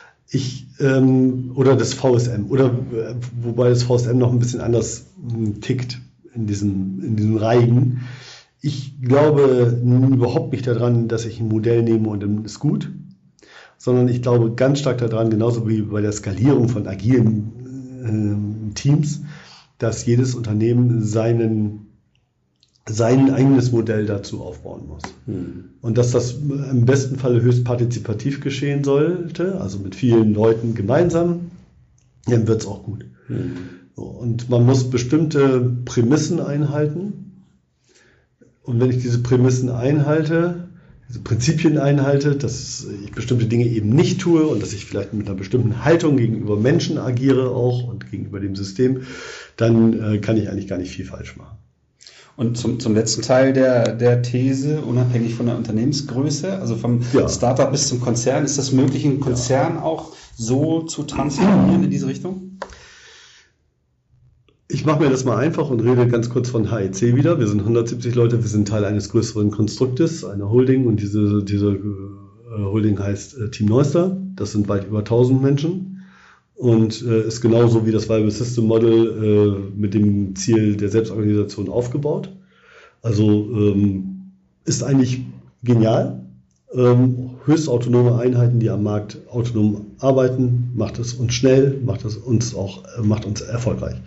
Oder das VSM, oder wobei das VSM noch ein bisschen anders tickt in diesen Reigen. Ich glaube überhaupt nicht daran, dass ich ein Modell nehme und dann ist gut, sondern ich glaube ganz stark daran, genauso wie bei der Skalierung von agilen Teams, dass jedes Unternehmen sein eigenes Modell dazu aufbauen muss. Und dass das im besten Falle höchst partizipativ geschehen sollte, also mit vielen Leuten gemeinsam, dann wird es auch gut. So, und man muss bestimmte Prämissen einhalten. Und wenn ich diese Prämissen einhalte, diese Prinzipien einhalte, dass ich bestimmte Dinge eben nicht tue und dass ich vielleicht mit einer bestimmten Haltung gegenüber Menschen agiere auch und gegenüber dem System, dann kann ich eigentlich gar nicht viel falsch machen. Und zum letzten Teil der These, unabhängig von der Unternehmensgröße, also vom Startup bis zum Konzern, ist das möglich, einen Konzern auch so zu transformieren in diese Richtung? Ich mache mir das mal einfach und rede ganz kurz von HEC wieder. Wir sind 170 Leute, wir sind Teil eines größeren Konstruktes, einer Holding, und diese Holding heißt Team Neuster. Das sind weit über 1000 Menschen. Und ist genauso wie das Viable System Model mit dem Ziel der Selbstorganisation aufgebaut. Also ist eigentlich genial. Höchst autonome Einheiten, die am Markt autonom arbeiten, macht es uns schnell, macht uns erfolgreich.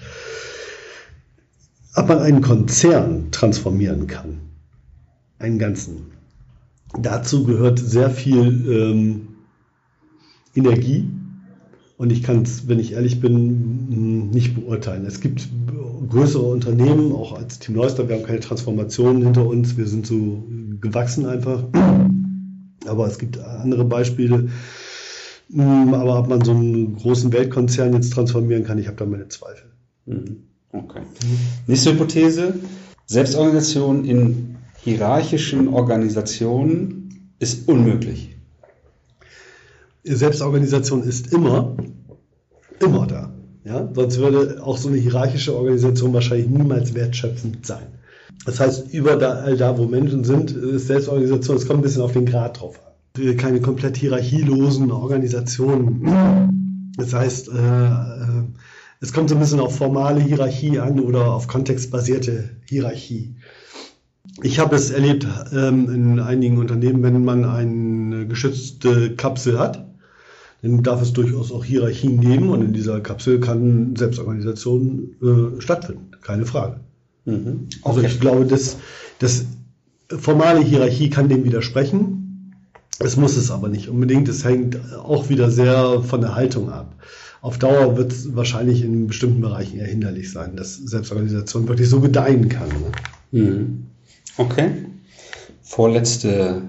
Ob man einen Konzern transformieren kann, einen ganzen, dazu gehört sehr viel Energie. Und ich kann es, wenn ich ehrlich bin, nicht beurteilen. Es gibt größere Unternehmen, auch als Team Neuster, wir haben keine Transformationen hinter uns, wir sind so gewachsen einfach. Aber es gibt andere Beispiele. Aber ob man so einen großen Weltkonzern jetzt transformieren kann, ich habe da meine Zweifel. Okay. Nächste Hypothese. Selbstorganisation in hierarchischen Organisationen ist unmöglich. Selbstorganisation ist immer da. Ja? Sonst würde auch so eine hierarchische Organisation wahrscheinlich niemals wertschöpfend sein. Das heißt, überall da, wo Menschen sind, ist Selbstorganisation, es kommt ein bisschen auf den Grad drauf an. Keine komplett hierarchielosen Organisationen. Das heißt, es kommt so ein bisschen auf formale Hierarchie an oder auf kontextbasierte Hierarchie. Ich habe es erlebt in einigen Unternehmen, wenn man eine geschützte Kapsel hat, dann darf es durchaus auch Hierarchien geben und in dieser Kapsel kann Selbstorganisation stattfinden, keine Frage. Okay. Also ich glaube, das formale Hierarchie kann dem widersprechen, es muss es aber nicht unbedingt, es hängt auch wieder sehr von der Haltung ab. Auf Dauer wird es wahrscheinlich in bestimmten Bereichen eher hinderlich sein, dass Selbstorganisation wirklich so gedeihen kann. Ne? Okay. Vorletzte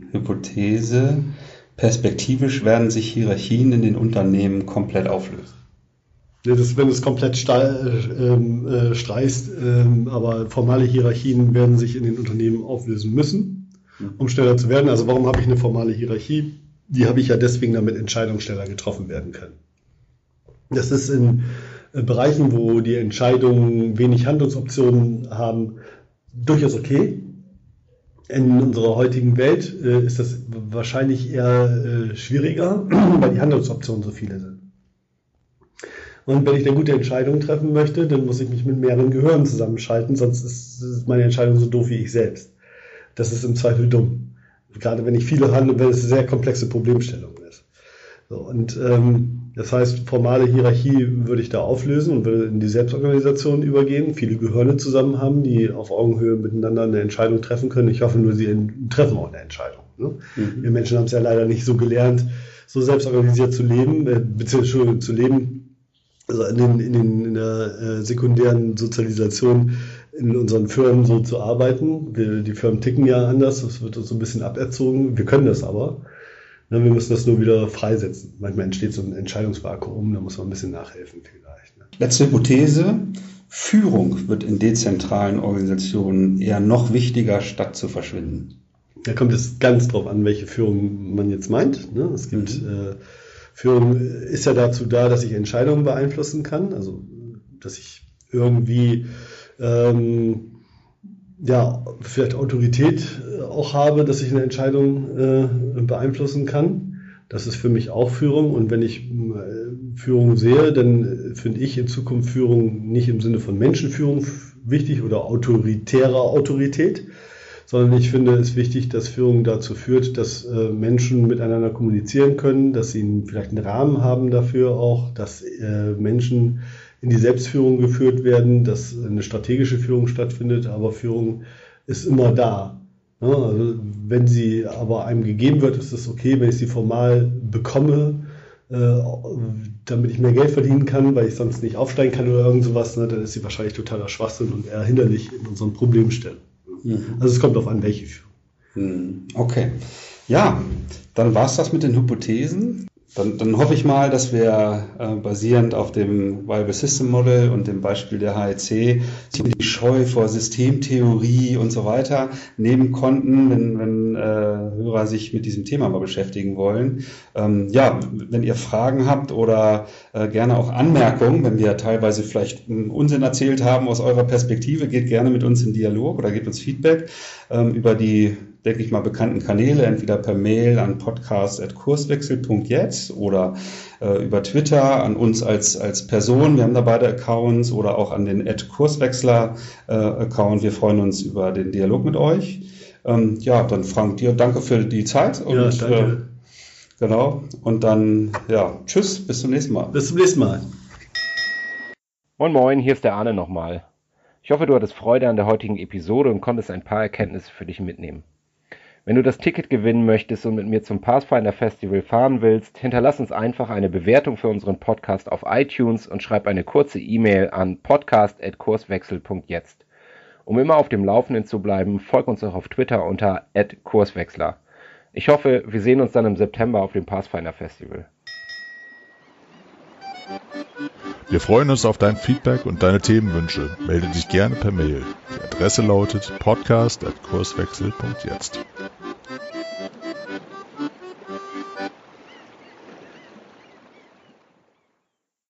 Hypothese. Perspektivisch werden sich Hierarchien in den Unternehmen komplett auflösen. Wenn du es komplett streichst, aber formale Hierarchien werden sich in den Unternehmen auflösen müssen, um schneller zu werden. Also warum habe ich eine formale Hierarchie? Die habe ich ja deswegen, damit Entscheidungen schneller getroffen werden können. Das ist in Bereichen, wo die Entscheidungen wenig Handlungsoptionen haben, durchaus okay. In unserer heutigen Welt ist das wahrscheinlich eher schwieriger, weil die Handlungsoptionen so viele sind. Und wenn ich eine gute Entscheidung treffen möchte, dann muss ich mich mit mehreren Gehirnen zusammenschalten, sonst ist meine Entscheidung so doof wie ich selbst. Das ist im Zweifel dumm. Gerade wenn ich viele handle, wenn es eine sehr komplexe Problemstellung ist. So, und das heißt, formale Hierarchie würde ich da auflösen und würde in die Selbstorganisation übergehen, viele Gehirne zusammen haben, die auf Augenhöhe miteinander eine Entscheidung treffen können. Ich hoffe nur, sie treffen auch eine Entscheidung. Ne? Wir Menschen haben es ja leider nicht so gelernt, so selbstorganisiert zu leben, beziehungsweise zu leben, also in der sekundären Sozialisation in unseren Firmen so zu arbeiten. Die Firmen ticken ja anders, das wird uns so ein bisschen aberzogen. Wir können das aber. Wir müssen das nur wieder freisetzen. Manchmal entsteht so ein Entscheidungsvakuum, da muss man ein bisschen nachhelfen vielleicht. Letzte Hypothese. Führung wird in dezentralen Organisationen eher noch wichtiger, statt zu verschwinden. Da kommt es ganz drauf an, welche Führung man jetzt meint. Es gibt Führung ist ja dazu da, dass ich Entscheidungen beeinflussen kann, also dass ich irgendwie vielleicht Autorität auch habe, dass ich eine Entscheidung beeinflussen kann. Das ist für mich auch Führung. Und wenn ich Führung sehe, dann finde ich in Zukunft Führung nicht im Sinne von Menschenführung wichtig oder autoritärer Autorität, sondern ich finde es wichtig, dass Führung dazu führt, dass Menschen miteinander kommunizieren können, dass sie vielleicht einen Rahmen haben dafür auch, dass Menschen in die Selbstführung geführt werden, dass eine strategische Führung stattfindet, aber Führung ist immer da. Ja, also wenn sie aber einem gegeben wird, ist es okay, wenn ich sie formal bekomme, damit ich mehr Geld verdienen kann, weil ich sonst nicht aufsteigen kann oder irgend sowas, dann ist sie wahrscheinlich totaler Schwachsinn und eher hinderlich in unseren Problemstellungen. Also es kommt darauf an, welche Führung. Okay. Ja, dann war es das mit den Hypothesen. Dann hoffe ich mal, dass wir basierend auf dem Viable System Model und dem Beispiel der HEC die Scheu vor Systemtheorie und so weiter nehmen konnten, wenn Hörer sich mit diesem Thema mal beschäftigen wollen. Wenn ihr Fragen habt oder gerne auch Anmerkungen, wenn wir teilweise vielleicht Unsinn erzählt haben aus eurer Perspektive, geht gerne mit uns in Dialog oder gebt uns Feedback über die, denke ich mal, bekannten Kanäle, entweder per Mail an podcast@kurswechsel.jetzt oder über Twitter an uns als Person. Wir haben da beide Accounts oder auch an den @Kurswechsler-Account. Wir freuen uns über den Dialog mit euch. Dann Frank, dir danke für die Zeit. Und, ja, danke. Genau. Und dann, tschüss, bis zum nächsten Mal. Bis zum nächsten Mal. Moin Moin, hier ist der Arne nochmal. Ich hoffe, du hattest Freude an der heutigen Episode und konntest ein paar Erkenntnisse für dich mitnehmen. Wenn du das Ticket gewinnen möchtest und mit mir zum Pathfinder Festival fahren willst, hinterlass uns einfach eine Bewertung für unseren Podcast auf iTunes und schreib eine kurze E-Mail an podcast@kurswechsel.jetzt. Um immer auf dem Laufenden zu bleiben, folg uns auch auf Twitter unter @Kurswechsler. Ich hoffe, wir sehen uns dann im September auf dem Pathfinder Festival. Wir freuen uns auf dein Feedback und deine Themenwünsche. Melde dich gerne per Mail. Die Adresse lautet podcast@kurswechsel.jetzt.